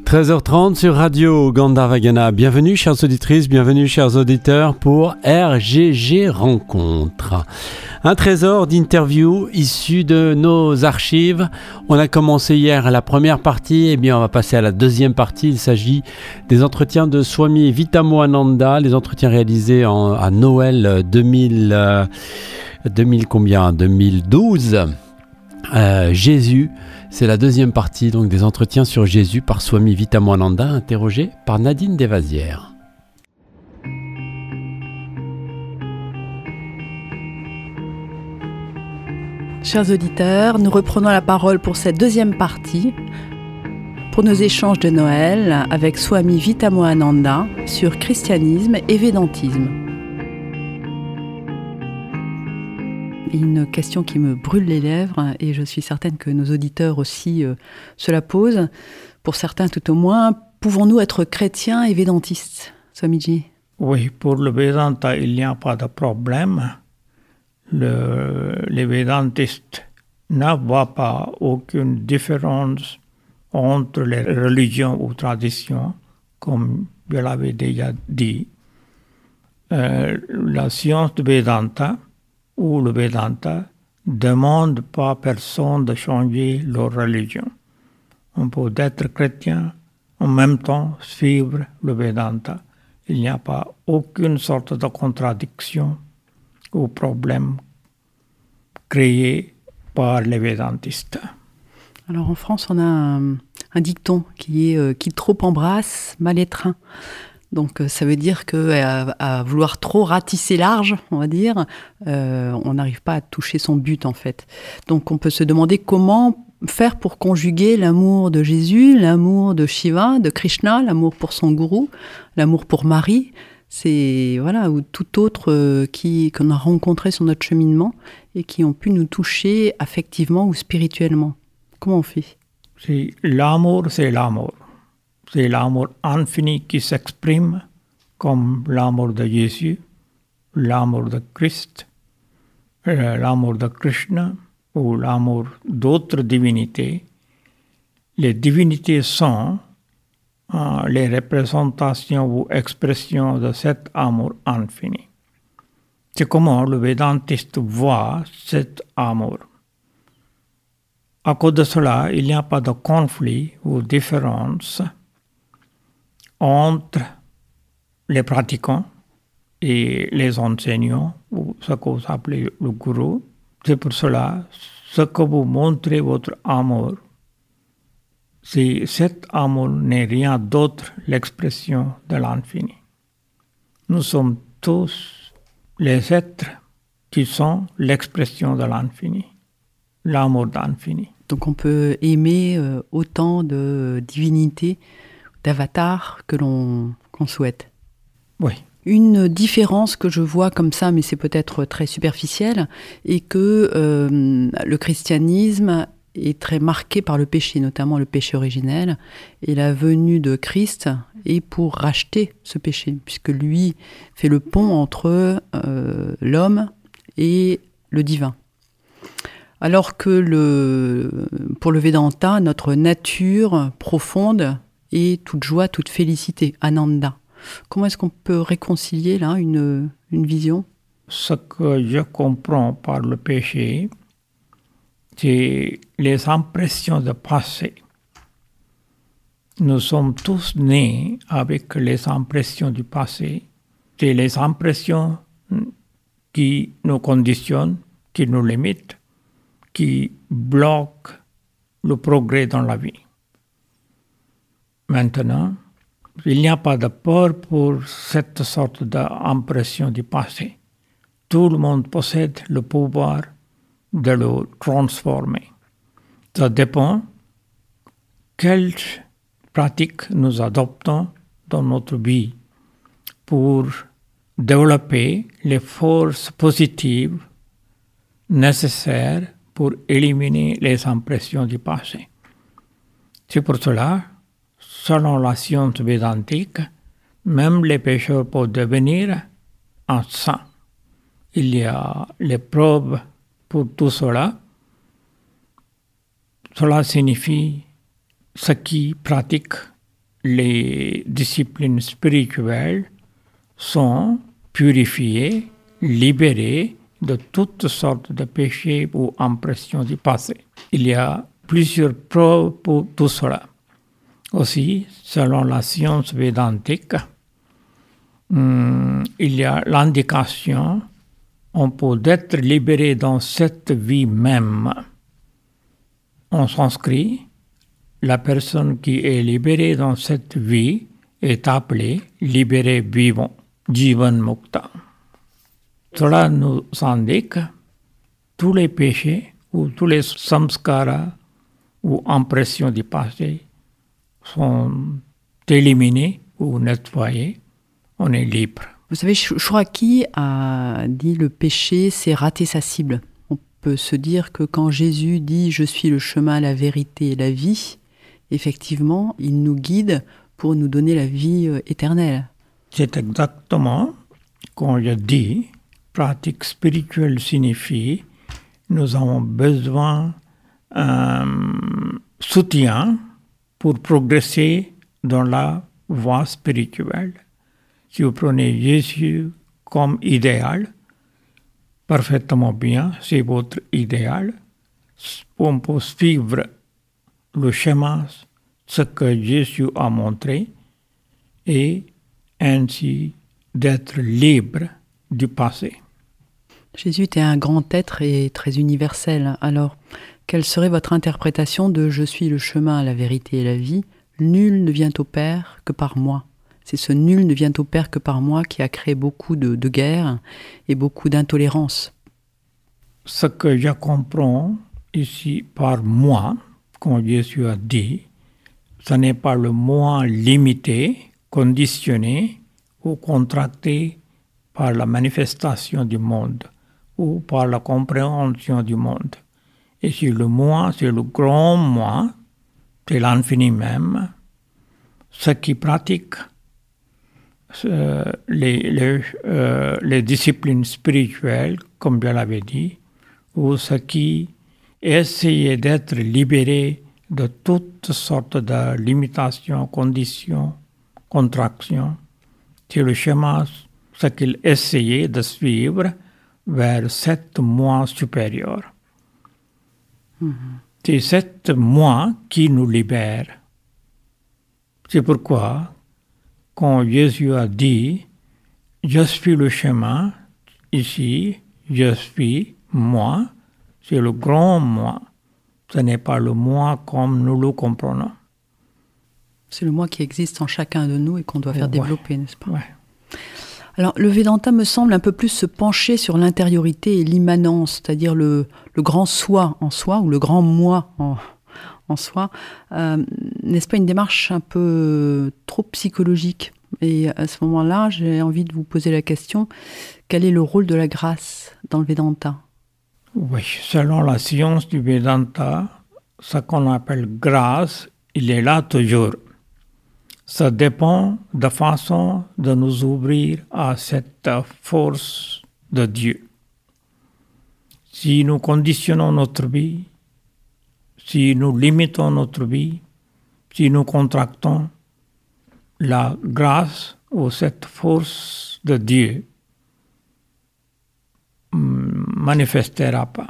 13h30 sur Radio Gandharvagana. Bienvenue chères auditrices, bienvenue chers auditeurs pour RGG Rencontre. Un trésor d'interviews issus de nos archives. On a commencé hier la première partie, et bien on va passer à la deuxième partie. Il s'agit des entretiens de Swami Vitamohananda, les entretiens réalisés à Noël 2012. Jésus, c'est la deuxième partie donc des entretiens sur Jésus par Swami Vitamohananda, interrogé par Nadine Desvazières. Chers auditeurs, nous reprenons la parole pour cette deuxième partie, pour nos échanges de Noël avec Swami Vitamohananda sur christianisme et védantisme. Une question qui me brûle les lèvres et je suis certaine que nos auditeurs aussi se la posent. Pour certains tout au moins, pouvons-nous être chrétiens et védantistes, Swamiji? Oui, pour le Vedanta, il n'y a pas de problème. Les védantistes ne voient pas aucune différence entre les religions ou traditions, comme je l'avais déjà dit. La science de Vedanta ou le Vedanta ne demande pas à personne de changer leur religion. On peut être chrétien, en même temps suivre le Vedanta. Il n'y a pas aucune sorte de contradiction ou problème créé par les védantistes. Alors en France, on a un dicton qui est « qui trop embrasse, mal étreint ». Donc ça veut dire qu'à vouloir trop ratisser large, on va dire, on n'arrive pas à toucher son but en fait. Donc on peut se demander comment faire pour conjuguer l'amour de Jésus, l'amour de Shiva, de Krishna, l'amour pour son gourou, l'amour pour Marie, c'est voilà, ou tout autre qu'on a rencontré sur notre cheminement et qui ont pu nous toucher affectivement ou spirituellement. Comment on fait? L'amour, c'est l'amour. C'est l'amour infini qui s'exprime comme l'amour de Jésus, l'amour de Christ, l'amour de Krishna ou l'amour d'autres divinités. Les divinités sont les représentations ou expressions de cet amour infini. C'est comment le védantiste voit cet amour. À cause de cela, il n'y a pas de conflit ou différence entre les pratiquants et les enseignants, ou ce que vous appelez le gourou. C'est pour cela, ce que vous montrez votre amour, cet amour n'est rien d'autre l'expression de l'infini. Nous sommes tous les êtres qui sont l'expression de l'infini, l'amour d'infini. Donc on peut aimer autant de divinités, d'avatars que qu'on souhaite. Oui. Une différence que je vois comme ça, mais c'est peut-être très superficiel, est que le christianisme est très marqué par le péché, notamment le péché originel, et la venue de Christ est pour racheter ce péché, puisque lui fait le pont entre l'homme et le divin. Alors que pour le Vedanta, notre nature profonde est toute joie, toute félicité, Ananda. Comment est-ce qu'on peut réconcilier là une vision? Ce que je comprends par le péché, c'est les impressions de passé. Nous sommes tous nés avec les impressions du passé. C'est les impressions qui nous conditionnent, qui nous limitent, qui bloquent le progrès dans la vie. Maintenant, il n'y a pas de peur pour cette sorte d'impression du passé. Tout le monde possède le pouvoir de le transformer. Ça dépend quelles pratiques nous adoptons dans notre vie pour développer les forces positives nécessaires pour éliminer les impressions du passé. C'est pour cela, selon la science védantique, même les pécheurs peuvent devenir un saint. Il y a les preuves pour tout cela. Cela signifie ceux qui pratiquent les disciplines spirituelles sont purifiées, libérées de toutes sortes de péchés ou impressions du passé. Il y a plusieurs preuves pour tout cela. Aussi, selon la science védantique, il y a l'indication on peut être libéré dans cette vie même. En sanskrit, la personne qui est libérée dans cette vie est appelée libéré vivant, Jivan Mukta. Cela nous indique tous les péchés ou tous les samskaras ou impressions du passé sont éliminés ou nettoyés. On est libre. Vous savez, Chouraki a dit le péché, c'est rater sa cible. On peut se dire que quand Jésus dit « Je suis le chemin, la vérité et la vie », effectivement, il nous guide pour nous donner la vie éternelle. C'est exactement quand je dis pratique spirituelle signifie nous avons besoin d'un soutien pour progresser dans la voie spirituelle. Si vous prenez Jésus comme idéal, parfaitement bien, c'est votre idéal. On peut suivre le chemin, ce que Jésus a montré, et ainsi d'être libre du passé. Jésus était un grand être et très universel. Alors, quelle serait votre interprétation de « Je suis le chemin, la vérité et la vie » ? Nul ne vient au Père que par moi. C'est ce nul ne vient au Père que par moi qui a créé beaucoup de guerres et beaucoup d'intolérance. Ce que je comprends ici par moi, quand Jésus a dit, ce n'est pas le moi limité, conditionné ou contracté par la manifestation du monde ou par la compréhension du monde. Et si le moi, c'est le grand moi, c'est l'infini même, ce qui pratique les disciplines spirituelles, comme je l'avais dit, ou ce qui essaye d'être libéré de toutes sortes de limitations, conditions, contractions. C'est le chemin, ce qu'il essayait de suivre vers cet moi supérieur. C'est cet moi qui nous libère. C'est pourquoi, quand Jésus a dit « Je suis le chemin », ici, « Je suis moi », c'est le grand moi. Ce n'est pas le moi comme nous le comprenons. C'est le moi qui existe en chacun de nous et qu'on doit faire développer, n'est-ce pas ? Ouais. Alors, le Vedanta me semble un peu plus se pencher sur l'intériorité et l'immanence, c'est-à-dire le grand soi en soi, ou le grand moi en soi. N'est-ce pas une démarche un peu trop psychologique ? Et à ce moment-là, j'ai envie de vous poser la question, quel est le rôle de la grâce dans le Vedanta ? Oui, selon la science du Vedanta, ce qu'on appelle grâce, il est là toujours. Ça dépend de la façon de nous ouvrir à cette force de Dieu. Si nous conditionnons notre vie, si nous limitons notre vie, si nous contractons, la grâce ou cette force de Dieu manifestera pas.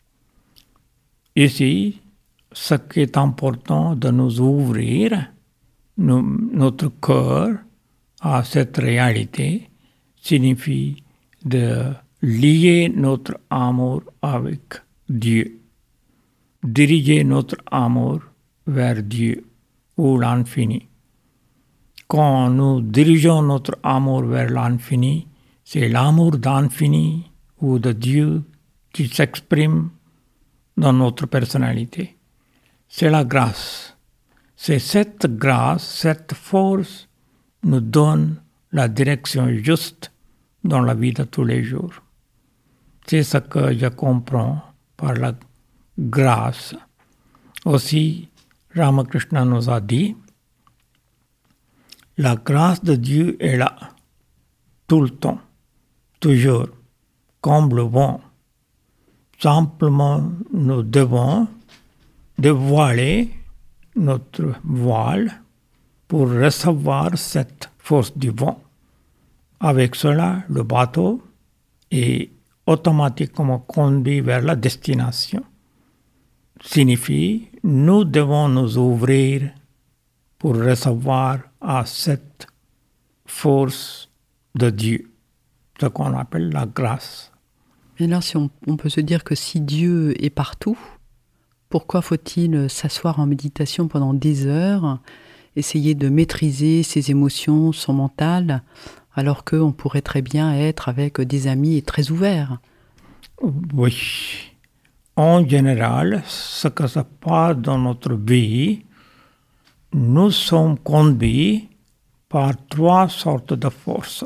Ici, ce qui est important de nous ouvrir, notre cœur à cette réalité, signifie de lier notre amour avec Dieu, diriger notre amour vers Dieu ou l'infini. Quand nous dirigeons notre amour vers l'infini, c'est l'amour d'infini ou de Dieu qui s'exprime dans notre personnalité. C'est la grâce. C'est cette grâce, cette force nous donne la direction juste dans la vie de tous les jours. C'est ce que je comprends par la grâce. Aussi, Ramakrishna nous a dit, la grâce de Dieu est là, tout le temps, toujours, comme le vent. Simplement, nous devons dévoiler notre voile pour recevoir cette force du vent. Avec cela, le bateau est automatiquement conduit vers la destination. Signifie, nous devons nous ouvrir pour recevoir à cette force de Dieu, ce qu'on appelle la grâce. Et là, si on peut se dire que si Dieu est partout, pourquoi faut-il s'asseoir en méditation pendant des heures, essayer de maîtriser ses émotions, son mental, alors qu'on pourrait très bien être avec des amis et très ouverts? Oui. En général, ce qui se passe dans notre vie, nous sommes conduits par 3 sortes de forces.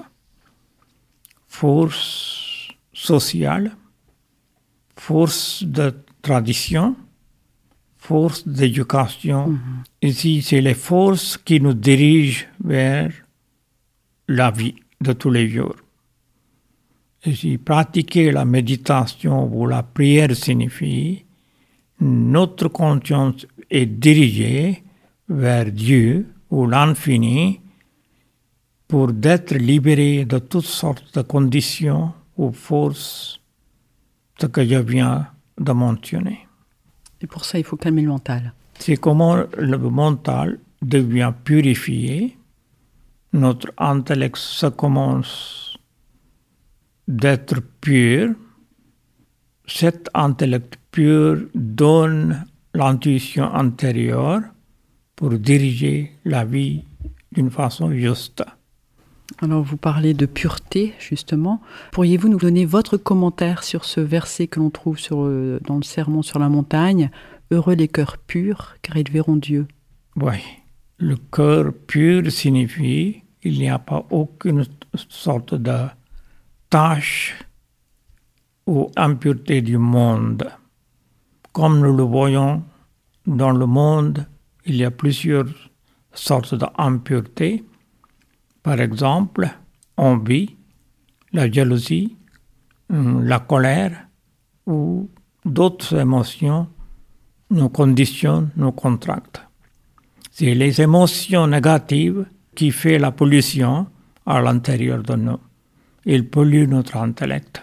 Force sociale, force de tradition, force d'éducation. Ici, c'est les forces qui nous dirigent vers la vie de tous les jours. Ici, pratiquer la méditation ou la prière signifie notre conscience est dirigée vers Dieu ou l'infini pour d'être libéré de toutes sortes de conditions ou forces, ce que je viens de mentionner. Et pour ça, il faut calmer le mental. C'est comment le mental devient purifié, notre intellect se commence d'être pur. Cet intellect pur donne l'intuition intérieure pour diriger la vie d'une façon juste. Alors, vous parlez de pureté, justement. Pourriez-vous nous donner votre commentaire sur ce verset que l'on trouve dans le Sermon sur la montagne? « Heureux les cœurs purs, car ils verront Dieu ». Oui. Le cœur pur signifie qu'il n'y a pas aucune sorte de tâche ou impureté du monde. Comme nous le voyons dans le monde, il y a plusieurs sortes d'impuretés. Par exemple, envie, la jalousie, la colère ou d'autres émotions nous conditionnent, nous contractent. C'est les émotions négatives qui font la pollution à l'intérieur de nous. Ils polluent notre intellect.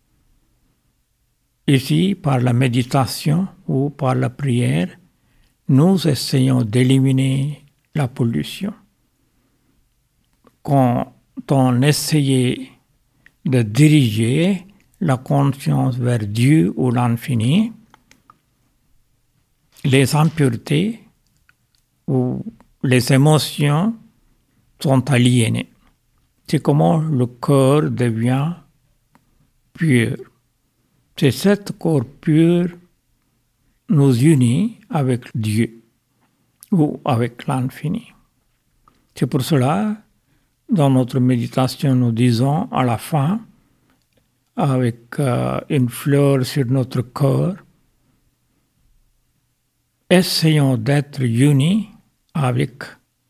Ici, par la méditation ou par la prière, nous essayons d'éliminer la pollution. Quand on essayait de diriger la conscience vers Dieu ou l'infini, les impuretés ou les émotions sont aliénées. C'est comment le cœur devient pur. C'est cet corps pur nous unit avec Dieu ou avec l'infini. C'est pour cela, dans notre méditation, nous disons à la fin, avec une fleur sur notre cœur, essayons d'être unis avec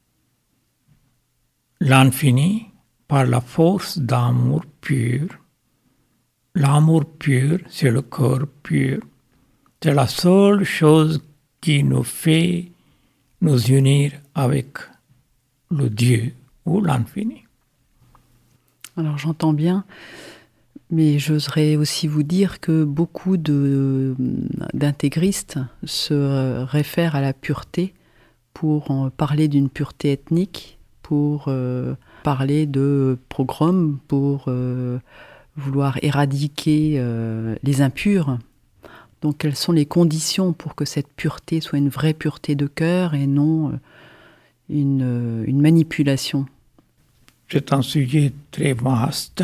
l'infini par la force d'amour pur. L'amour pur, c'est le cœur pur. C'est la seule chose qui nous fait nous unir avec le Dieu ou l'infini. Alors j'entends bien, mais j'oserais aussi vous dire que beaucoup d'intégristes se réfèrent à la pureté pour parler d'une pureté ethnique, pour parler de pogrom, pour vouloir éradiquer les impurs. Donc quelles sont les conditions pour que cette pureté soit une vraie pureté de cœur et non une manipulation? C'est un sujet très vaste.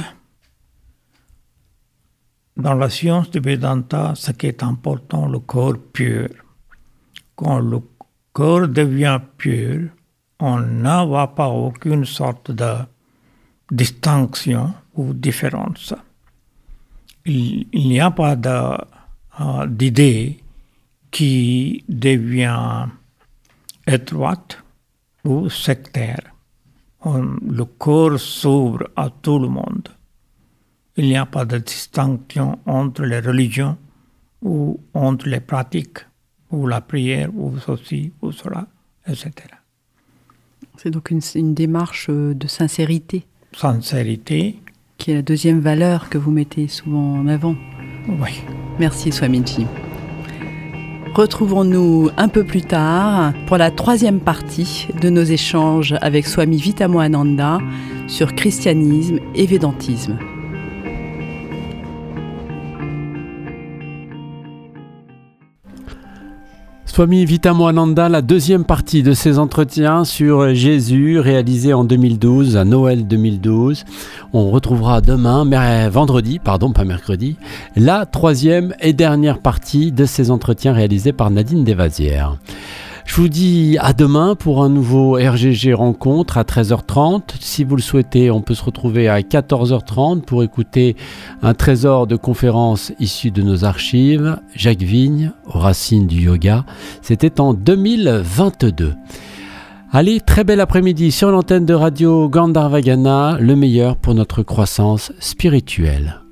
Dans la science du Vedanta, ce qui est important, le corps pur. Quand le corps devient pur, on n'a pas aucune sorte de distinction ou différence. Il n'y a pas d'idée qui devient étroite ou sectaire. Le corps s'ouvre à tout le monde. Il n'y a pas de distinction entre les religions ou entre les pratiques, ou la prière, ou ceci, ou cela, etc. C'est donc une démarche de sincérité. Sincérité. Qui est la deuxième valeur que vous mettez souvent en avant. Oui. Merci Swamiji. Retrouvons-nous un peu plus tard pour la troisième partie de nos échanges avec Swami Vitamohananda sur christianisme et védantisme. Swami Vitamohananda, la deuxième partie de ces entretiens sur Jésus, réalisé en 2012, à Noël 2012. On retrouvera demain, vendredi, pas mercredi, la troisième et dernière partie de ces entretiens réalisés par Nadine Desvazières. Je vous dis à demain pour un nouveau RGG Rencontre à 13h30. Si vous le souhaitez, on peut se retrouver à 14h30 pour écouter un trésor de conférences issues de nos archives. Jacques Vigne, aux racines du yoga. C'était en 2022. Allez, très bel après-midi sur l'antenne de radio Gandharvagana, le meilleur pour notre croissance spirituelle.